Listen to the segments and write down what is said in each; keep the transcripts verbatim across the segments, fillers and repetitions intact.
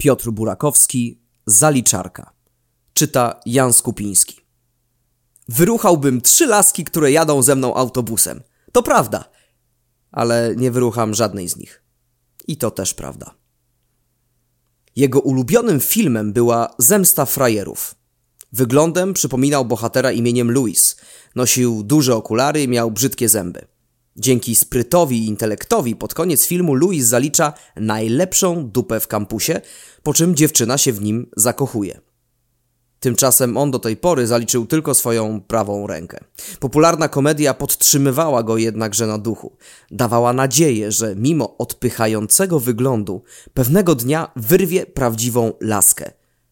Piotr Burakowski, Zaliczarka. Czyta Jan Skupiński. Wyruchałbym trzy laski, które jadą ze mną autobusem. To prawda, ale nie wyrucham żadnej z nich. I to też prawda. Jego ulubionym filmem była Zemsta frajerów. Wyglądem przypominał bohatera imieniem Louis. Nosił duże okulary i miał brzydkie zęby. Dzięki sprytowi i intelektowi pod koniec filmu Louis zalicza najlepszą dupę w kampusie, po czym dziewczyna się w nim zakochuje. Tymczasem on do tej pory zaliczył tylko swoją prawą rękę. Popularna komedia podtrzymywała go jednakże na duchu. Dawała nadzieję, że mimo odpychającego wyglądu pewnego dnia wyrwie prawdziwą laskę.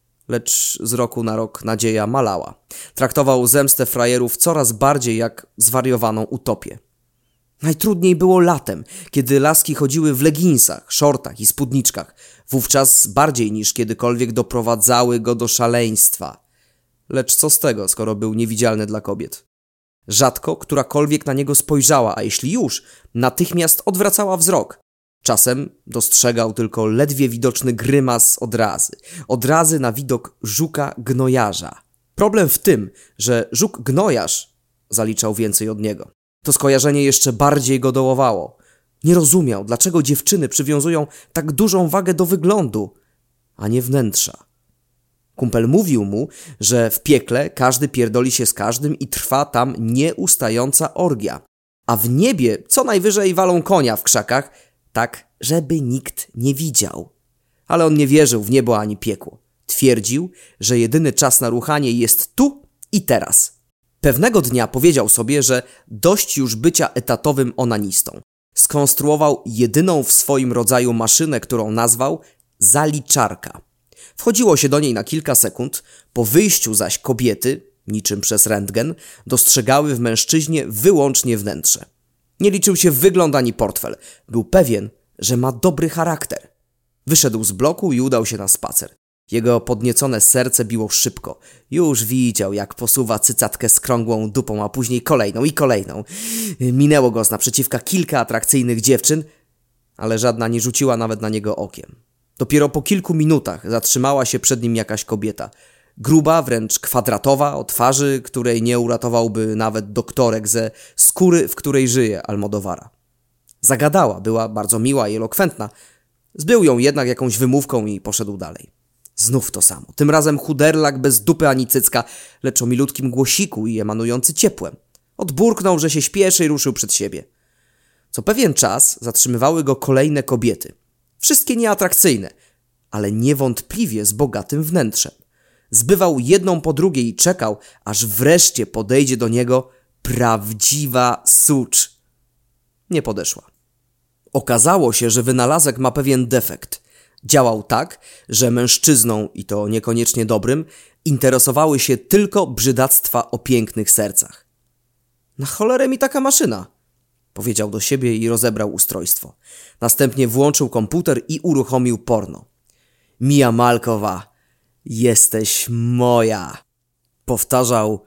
Lecz z roku na rok nadzieja malała. Traktował zemstę frajerów coraz bardziej jak zwariowaną utopię. Najtrudniej było latem, kiedy laski chodziły w leginsach, szortach i spódniczkach. Wówczas bardziej niż kiedykolwiek doprowadzały go do szaleństwa. Lecz co z tego, skoro był niewidzialny dla kobiet? Rzadko którakolwiek na niego spojrzała, a jeśli już, natychmiast odwracała wzrok. Czasem dostrzegał tylko ledwie widoczny grymas odrazy. Odrazy na widok żuka gnojarza. Problem w tym, że żuk gnojarz zaliczał więcej od niego. To skojarzenie jeszcze bardziej go dołowało. Nie rozumiał, dlaczego dziewczyny przywiązują tak dużą wagę do wyglądu, a nie wnętrza. Kumpel mówił mu, że w piekle każdy pierdoli się z każdym i trwa tam nieustająca orgia. A w niebie co najwyżej walą konia w krzakach, tak żeby nikt nie widział. Ale on nie wierzył w niebo ani piekło. Twierdził, że jedyny czas na ruchanie jest tu i teraz. Pewnego dnia powiedział sobie, że dość już bycia etatowym onanistą. Skonstruował jedyną w swoim rodzaju maszynę, którą nazwał Zaliczarka. Wchodziło się do niej na kilka sekund, po wyjściu zaś kobiety, niczym przez rentgen, dostrzegały w mężczyźnie wyłącznie wnętrze. Nie liczył się wygląd ani portfel. Był pewien, że ma dobry charakter. Wyszedł z bloku i udał się na spacer. Jego podniecone serce biło szybko. Już widział, jak posuwa cycatkę z krągłą dupą, a później kolejną i kolejną. Minęło go z naprzeciwka kilka atrakcyjnych dziewczyn, ale żadna nie rzuciła nawet na niego okiem. Dopiero po kilku minutach zatrzymała się przed nim jakaś kobieta. Gruba, wręcz kwadratowa, o twarzy, której nie uratowałby nawet doktorek ze Skóry, w której żyje Almodovara. Zagadała, była bardzo miła i elokwentna. Zbył ją jednak jakąś wymówką i poszedł dalej. Znów to samo. Tym razem chuderlak bez dupy ani cycka, lecz o milutkim głosiku i emanujący ciepłem. Odburknął, że się śpieszy i ruszył przed siebie. Co pewien czas zatrzymywały go kolejne kobiety. Wszystkie nieatrakcyjne, ale niewątpliwie z bogatym wnętrzem. Zbywał jedną po drugiej i czekał, aż wreszcie podejdzie do niego prawdziwa sucz. Nie podeszła. Okazało się, że wynalazek ma pewien defekt. Działał tak, że mężczyzną, i to niekoniecznie dobrym, interesowały się tylko brzydactwa o pięknych sercach. Na cholerę mi taka maszyna, powiedział do siebie i rozebrał ustrojstwo. Następnie włączył komputer i uruchomił porno. Mia Malkowa, jesteś moja, powtarzał,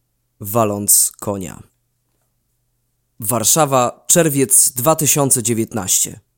waląc konia. Warszawa, czerwiec dwa tysiące dziewiętnasty.